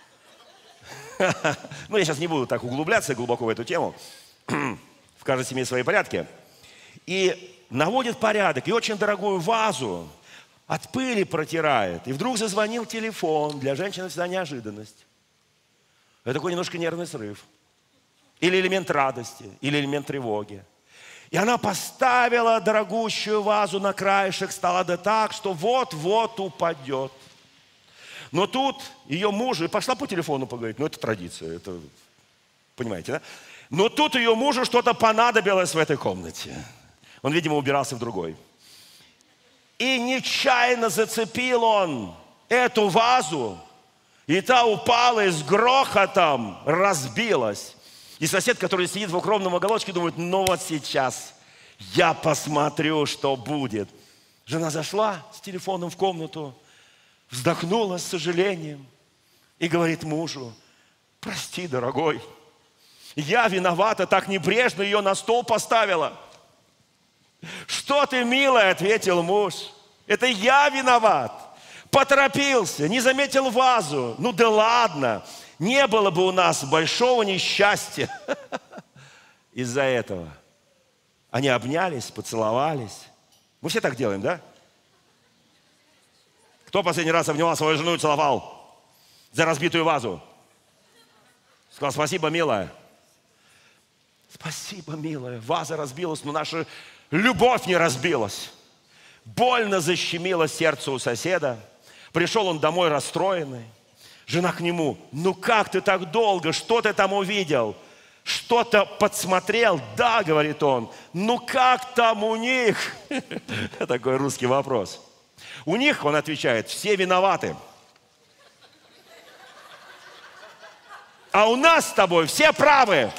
Ну, я сейчас не буду так углубляться глубоко в эту тему. В каждой семье свои порядки. И наводит порядок, и очень дорогую вазу от пыли протирает. И вдруг зазвонил телефон. Для женщины всегда неожиданность. Это такой немножко нервный срыв. Или элемент радости, или элемент тревоги. И она поставила дорогущую вазу на краешек стола, да так, что вот-вот упадет. Но тут ее мужу, и пошла по телефону поговорить, это традиция, это, понимаете, да? Но тут ее мужу что-то понадобилось в этой комнате. Он, видимо, убирался в другой. И нечаянно зацепил он эту вазу, и та упала и с грохотом разбилась. И сосед, который сидит в укромном уголочке, думает: вот сейчас я посмотрю, что будет. Жена зашла с телефоном в комнату, вздохнула с сожалением и говорит мужу: прости, дорогой, я виновата, так небрежно ее на стол поставила. Что ты, милая, ответил муж, это я виноват. Поторопился, не заметил вазу. Ну да ладно, не было бы у нас большого несчастья. Из-за этого они обнялись, поцеловались. Мы все так делаем, да? Кто последний раз обнимал свою жену и целовал за разбитую вазу? Сказал: спасибо, милая. Спасибо, милая. Ваза разбилась, но наша любовь не разбилась. Больно защемило сердце у соседа. Пришел он домой расстроенный. Жена к нему: ну как ты так долго? Что ты там увидел? Что-то подсмотрел? Да, говорит он. Ну как там у них? Такой русский вопрос. У них, он отвечает, все виноваты. а у нас с тобой все правы.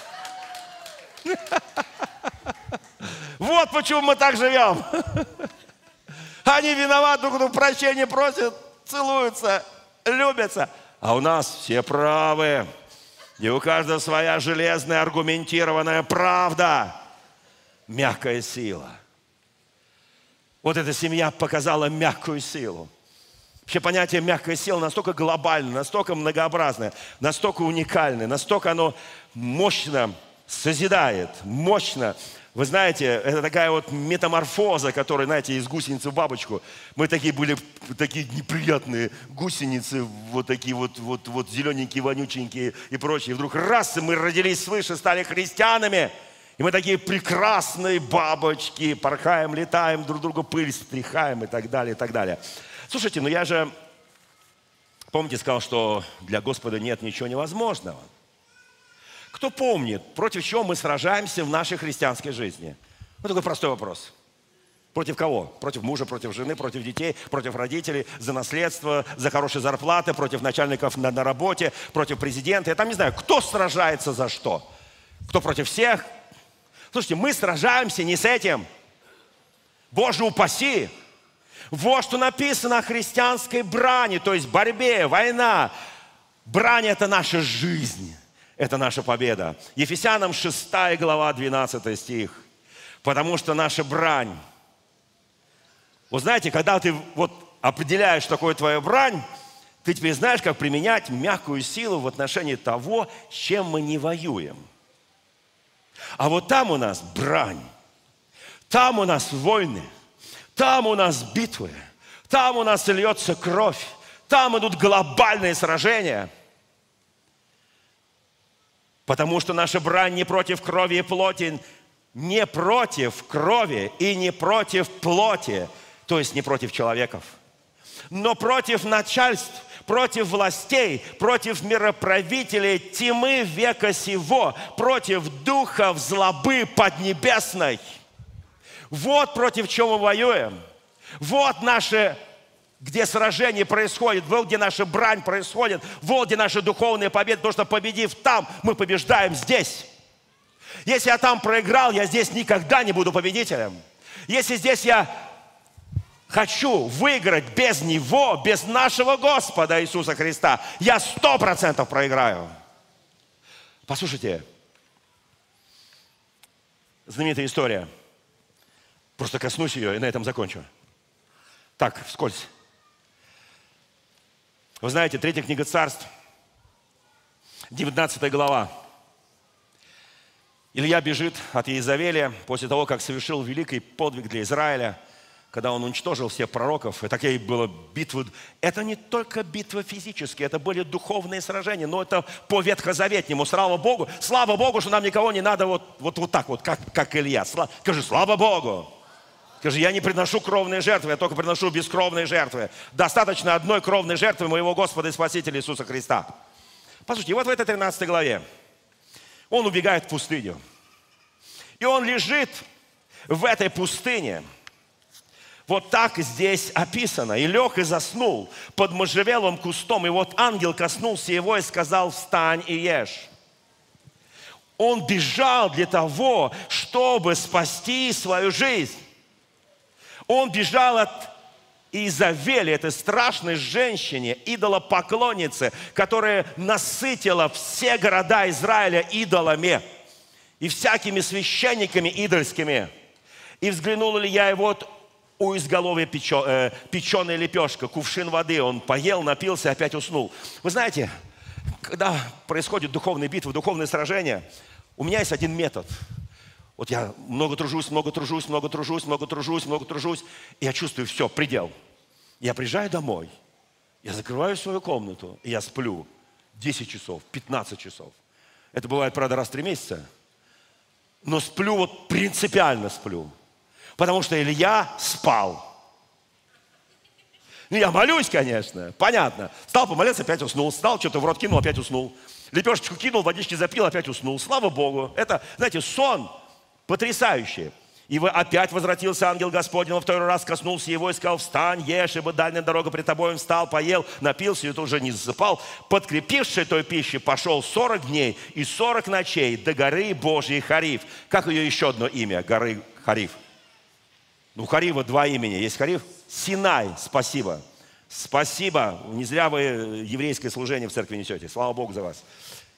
Вот почему мы так живем. Они виноваты, друг другу прощения просят, целуются, любятся. А у нас все правы. И у каждого своя железная, аргументированная правда. Мягкая сила. Вот эта семья показала мягкую силу. Вообще понятие мягкая сила настолько глобальное, настолько многообразное, настолько уникальное, настолько оно мощно созидает, мощно. Вы знаете, это такая вот метаморфоза, которая, знаете, из гусеницы в бабочку. Мы такие были, такие неприятные гусеницы, вот такие вот зелененькие, вонюченькие и прочее. И вдруг раз, и мы родились свыше, стали христианами. И мы такие прекрасные бабочки, порхаем, летаем, друг друга пыль стряхаем и так далее, и так далее. Слушайте, ну я же, помните, сказал, что для Господа нет ничего невозможного. Кто помнит, против чего мы сражаемся в нашей христианской жизни? Вот такой простой вопрос. Против кого? Против мужа, против жены, против детей, против родителей, за наследство, за хорошие зарплаты, против начальников на работе, против президента. Я там не знаю, кто сражается за что. Кто против всех? Слушайте, мы сражаемся не с этим. Боже упаси! Вот что написано о христианской брани, то есть борьбе, война. Брань – это наша жизнь. Это наша победа. Ефесянам 6 глава, 12 стих. Потому что наша брань. Вы знаете, когда ты вот определяешь, что такое твоя брань, ты теперь знаешь, как применять мягкую силу в отношении того, с чем мы не воюем. А вот там у нас брань. Там у нас войны. Там у нас битвы. Там у нас льется кровь. Там идут глобальные сражения. Потому что наша брань не против крови и плоти, не против крови и не против плоти, то есть не против человеков, но против начальств, против властей, против мироправителей тьмы века сего, против духов злобы поднебесной. Вот против чего мы воюем. Вот наши... где сражение происходит, вот где наша брань происходит, вот где наша духовная победа, потому что победив там, мы побеждаем здесь. Если я там проиграл, я здесь никогда не буду победителем. Если здесь я хочу выиграть без Него, без нашего Господа Иисуса Христа, я 100% проиграю. Послушайте, знаменитая история. Просто коснусь ее и на этом закончу. Так, вскользь. Вы знаете, 3 книга Царств, 19 глава. Илья бежит от Иезавеля после того, как совершил великий подвиг для Израиля, когда он уничтожил всех пророков. И такие были битвы. Это не только битвы физические, это были духовные сражения, но это по ветхозаветнему. Слава Богу, что нам никого не надо вот так вот, как Илья. Скажи, слава Богу. Скажи, я не приношу кровные жертвы, я только приношу бескровные жертвы. Достаточно одной кровной жертвы моего Господа и Спасителя Иисуса Христа. Послушайте, вот в этой 13 главе он убегает в пустыню. И он лежит в этой пустыне. Вот так здесь описано. И лег и заснул под можжевеловым кустом. И вот ангел коснулся его и сказал: встань и ешь. Он бежал для того, чтобы спасти свою жизнь. Он бежал от Иезавели, этой страшной женщине, идолопоклоннице, которая насытила все города Израиля идолами и всякими священниками идольскими. И взглянул Илья, и вот у изголовья печеная лепешка, кувшин воды. Он поел, напился, опять уснул. Вы знаете, когда происходит духовные битвы, духовные сражения, у меня есть один метод. Вот я много тружусь, и я чувствую, все, предел. Я приезжаю домой, я закрываю свою комнату, и я сплю 10 часов, 15 часов. Это бывает, правда, раз в 3 месяца. Но сплю, вот принципиально сплю. Потому что Илья спал. Ну, я молюсь, конечно, понятно. Стал помолиться, опять уснул. Стал, что-то в рот кинул, опять уснул. Лепешечку кинул, водички запил, опять уснул. Слава Богу. Это, знаете, сон потрясающий. И опять возвратился ангел Господень, во второй раз коснулся его и сказал: встань, ешь, ибо дальняя дорога пред тобой. Он встал, поел, напился, и тут уже не засыпал. Подкрепивший той пищи, пошел 40 дней и 40 ночей до горы Божьей Хариф. Как ее еще одно имя, горы Хариф? У Харифа 2 имени. Есть Хариф? Синай, спасибо. Спасибо. Не зря вы еврейское служение в церкви несете. Слава Богу за вас.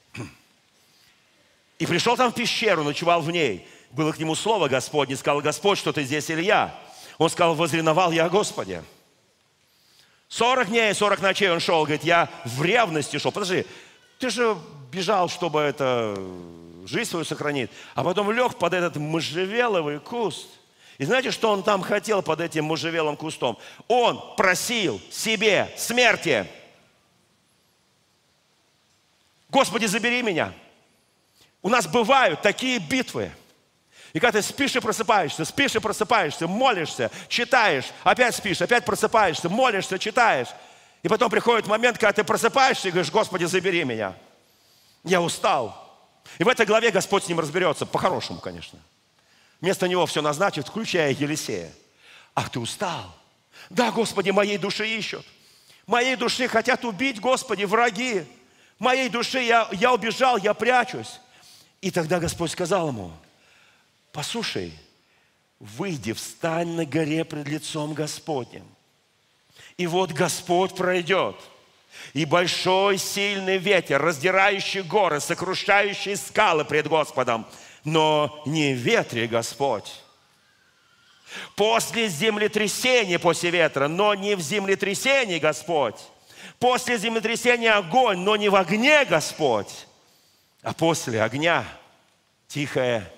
И пришел там в пещеру, ночевал в ней. Было к нему слово Господне, сказал: Господь, что ты здесь, Илья? Он сказал: возревновал я о Господе. 40 дней, 40 ночей он шел, говорит, я в ревности шел. Подожди, ты же бежал, чтобы жизнь свою сохранить, а потом лег под этот можжевеловый куст. И знаете, что он там хотел под этим можжевелым кустом? Он просил себе смерти. Господи, забери меня. У нас бывают такие битвы. И когда ты спишь и просыпаешься, молишься, читаешь, опять спишь, опять просыпаешься, молишься, читаешь. И потом приходит момент, когда ты просыпаешься и говоришь: Господи, забери меня. Я устал. И в этой главе Господь с ним разберется, по-хорошему, конечно. Вместо него все назначит, включая Елисея. Ах, ты устал? Да, Господи, моей души ищут. Моей души хотят убить, Господи, враги. Моей души я убежал, я прячусь. И тогда Господь сказал ему: послушай, выйди, встань на горе пред лицом Господним. И вот Господь пройдет, и большой сильный ветер, раздирающий горы, сокрушающий скалы пред Господом, но не в ветре Господь. После землетрясения, после ветра, но не в землетрясении Господь. После землетрясения огонь, но не в огне Господь. А после огня тихое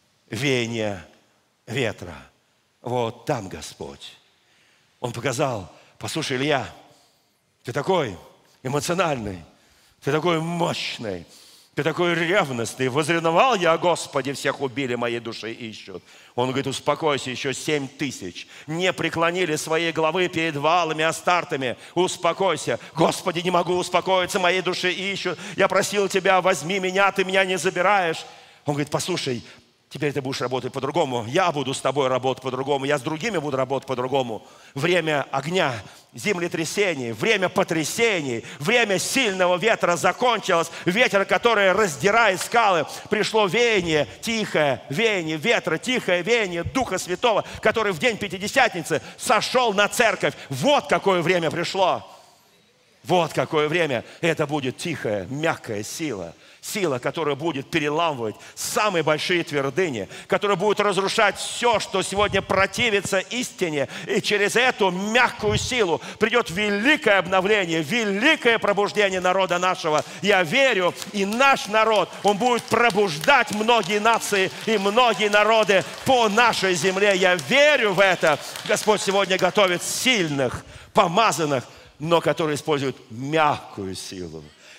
веяние ветра. Вот там Господь. Он показал: послушай, Илья, ты такой эмоциональный, ты такой мощный, ты такой ревностный. Возревновал я о Господе, всех убили, моей души ищут. Он говорит: успокойся, еще 7000 не преклонили своей головы перед Ваалами, Астартами. Успокойся. Господи, не могу успокоиться, моей души ищут. Я просил тебя: возьми меня, ты меня не забираешь. Он говорит: послушай, теперь ты будешь работать по-другому. Я буду с тобой работать по-другому. Я с другими буду работать по-другому. Время огня, землетрясений, время потрясений, время сильного ветра закончилось. Ветер, который раздирает скалы. Пришло веяние, тихое веяние ветра, тихое веяние Духа Святого, который в день Пятидесятницы сошел на церковь. Вот какое время пришло. Вот какое время. Это будет тихая, мягкая сила. Сила, которая будет переламывать самые большие твердыни, которая будет разрушать все, что сегодня противится истине. И через эту мягкую силу придет великое обновление, великое пробуждение народа нашего. Я верю, и наш народ, он будет пробуждать многие нации и многие народы по нашей земле. Я верю в это. Господь сегодня готовит сильных, помазанных, но которые используют мягкую силу.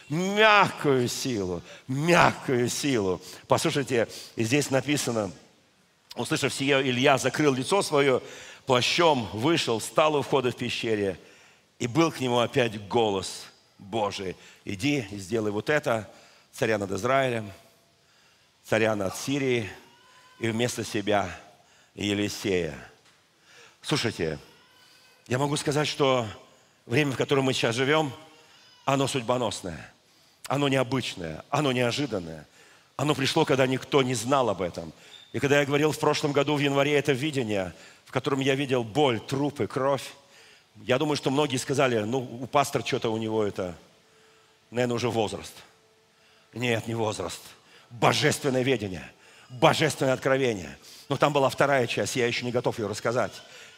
Мягкую силу, мягкую силу. Послушайте, здесь написано: услышав сие, Илья закрыл лицо свое плащом, вышел, встал у входа в пещере, и был к нему опять голос Божий: иди и сделай вот это, царя над Израилем, царя над Сирией, и вместо себя Елисея. Слушайте, я могу сказать, что время, в котором мы сейчас живем, оно судьбоносное. Оно необычное, оно неожиданное. Оно пришло, когда никто не знал об этом. И когда я говорил в прошлом году, в январе, это видение, в котором я видел боль, трупы, кровь, я думаю, что многие сказали: ну, у пастора что-то у него это, наверное, уже возраст. Нет, не возраст. Божественное видение, божественное откровение. Но там была вторая часть, я еще не готов ее рассказать.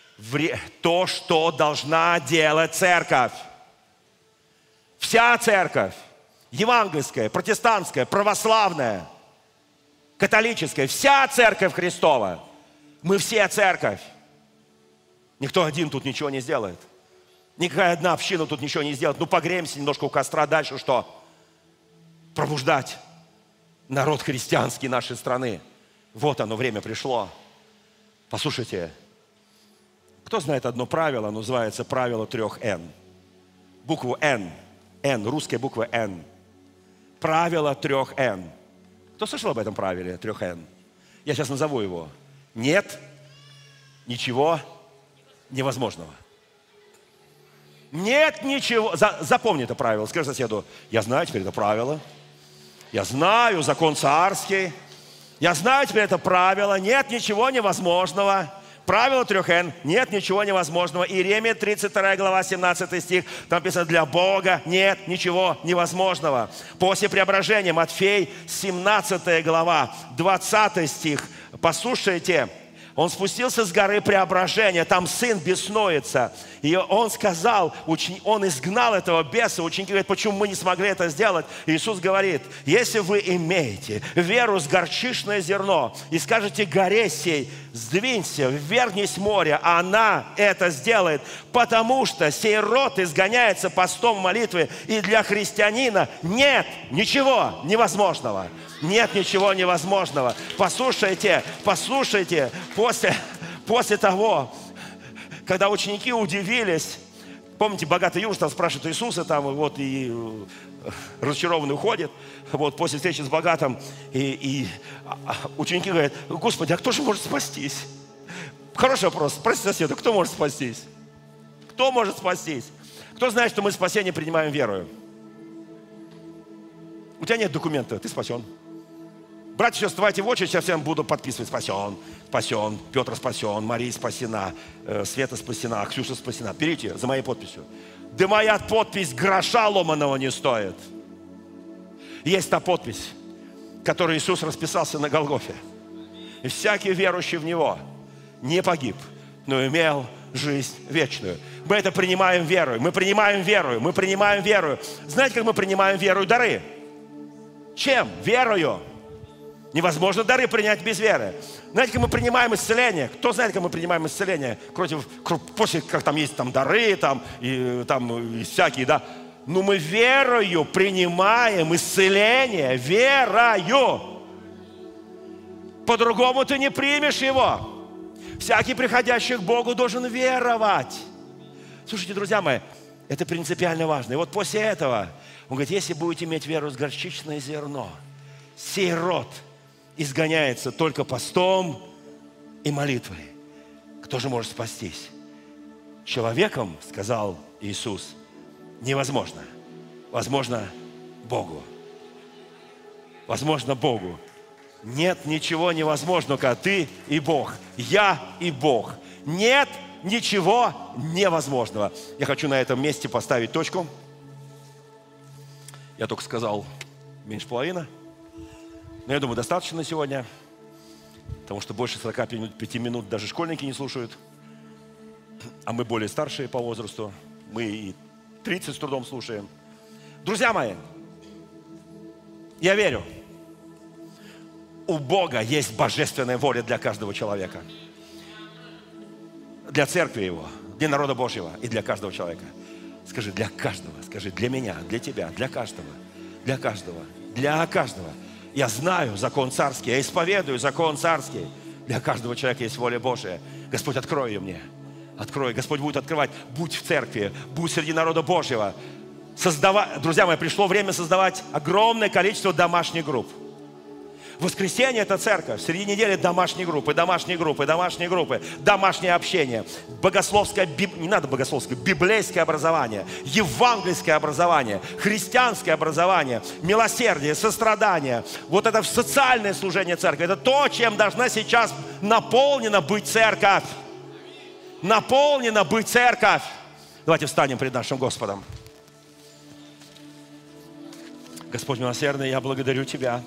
То, что должна делать церковь. Вся церковь. Евангельская, протестантская, православная, католическая, вся церковь Христова. Мы все церковь. Никто один тут ничего не сделает. Никакая одна община тут ничего не сделает. Ну, погреемся немножко у костра, дальше что? Пробуждать народ христианский нашей страны. Вот оно, время пришло. Послушайте, кто знает одно правило, оно называется правило 3 Н. Букву Н, русская буква Н. Правило 3 Н. Кто слышал об этом правиле 3 Н? Я сейчас назову его. Нет ничего невозможного. Нет ничего. Запомни это правило. Скажи соседу: я знаю теперь это правило. Я знаю закон царский. Я знаю теперь это правило. Нет ничего невозможного. Правило 3Н. Нет ничего невозможного. Иеремия 32 глава, 17 стих. Там написано: для Бога нет ничего невозможного. После преображения, Матфей 17 глава, 20 стих. Послушайте. Он спустился с горы преображения, там сын беснуется. И он сказал, он изгнал этого беса. Ученики говорят: почему мы не смогли это сделать? Иисус говорит: если вы имеете веру с горчичное зерно и скажете горе сей: сдвинься, ввергнись в море, она это сделает, потому что сей род изгоняется постом молитвы, и для христианина нет ничего невозможного. Нет ничего невозможного. Послушайте, после того, когда ученики удивились, помните, богатый юноша там спрашивает Иисуса, там, и разочарованный уходит, после встречи с богатым, и ученики говорят: Господи, а кто же может спастись? Хороший вопрос. Спроси соседа: кто может спастись? Кто может спастись? Кто знает, что мы спасение принимаем верою? У тебя нет документа, ты спасен. Братья и сестры, давайте в очередь, я всем буду подписывать: спасен, спасен, Петр спасен, Мария спасена, Света спасена, Ксюша спасена. Берите за моей подписью. Да моя подпись гроша ломаного не стоит. Есть та подпись, которой Иисус расписался на Голгофе. И всякий верующий в Него не погиб, но имел жизнь вечную. Мы это принимаем верою. Мы принимаем верою. Мы принимаем верою. Знаете, как мы принимаем верою дары? Чем? Верою. Невозможно дары принять без веры. Знаете, как мы принимаем исцеление? Кто знает, как мы принимаем исцеление? После, как там есть дары, и всякие, да. Но мы верою принимаем исцеление. Верою. По-другому ты не примешь его. Всякий, приходящий к Богу, должен веровать. Слушайте, друзья мои, это принципиально важно. И вот после этого он говорит: если будете иметь веру с горчичное зерно, сей род изгоняется только постом и молитвой. Кто же может спастись? Человеком, сказал Иисус, невозможно. Возможно Богу. Возможно Богу. Нет ничего невозможного, когда ты и Бог. Я и Бог. Нет ничего невозможного. Я хочу на этом месте поставить точку. Я только сказал меньше половины. Но я думаю, достаточно на сегодня, потому что больше 45 минут даже школьники не слушают, а мы более старшие по возрасту, мы и 30 с трудом слушаем. Друзья мои, я верю, у Бога есть божественная воля для каждого человека, для церкви Его, для народа Божьего и для каждого человека. Скажи: для каждого, скажи: для меня, для тебя, для каждого, для каждого, для каждого. Я знаю закон царский, я исповедую закон царский. Для каждого человека есть воля Божия. Господь, открой ее мне. Открой. Господь будет открывать. Будь в церкви, будь среди народа Божьего. Друзья мои, пришло время создавать огромное количество домашних групп. Воскресенье – это церковь. В середине недели домашние группы, домашние группы, домашние группы, домашнее общение. Богословское, не надо богословское, библейское образование, евангельское образование, христианское образование, милосердие, сострадание. Вот это социальное служение церкви. Это то, чем должна сейчас наполнена быть церковь. Наполнена быть церковь. Давайте встанем перед нашим Господом. Господь милосердный, я благодарю Тебя.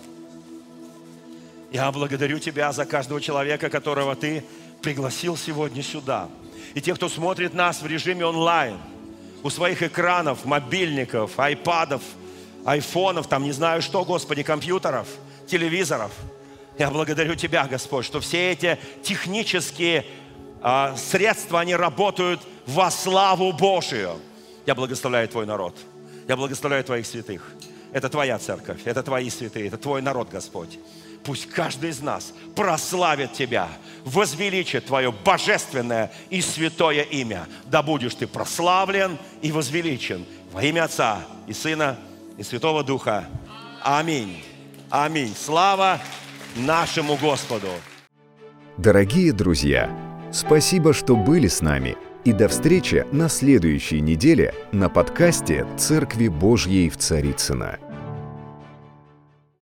Я благодарю Тебя за каждого человека, которого Ты пригласил сегодня сюда. И тех, кто смотрит нас в режиме онлайн, у своих экранов, мобильников, айпадов, айфонов, там не знаю что, Господи, компьютеров, телевизоров. Я благодарю Тебя, Господь, что все эти технические средства, они работают во славу Божию. Я благословляю Твой народ. Я благословляю Твоих святых. Это Твоя церковь, это Твои святые, это Твой народ, Господь. Пусть каждый из нас прославит Тебя, возвеличит Твое божественное и святое имя. Да будешь Ты прославлен и возвеличен во имя Отца и Сына и Святого Духа. Аминь. Аминь. Слава нашему Господу. Дорогие друзья, спасибо, что были с нами. И до встречи на следующей неделе на подкасте «Церкви Божьей в Царицыно».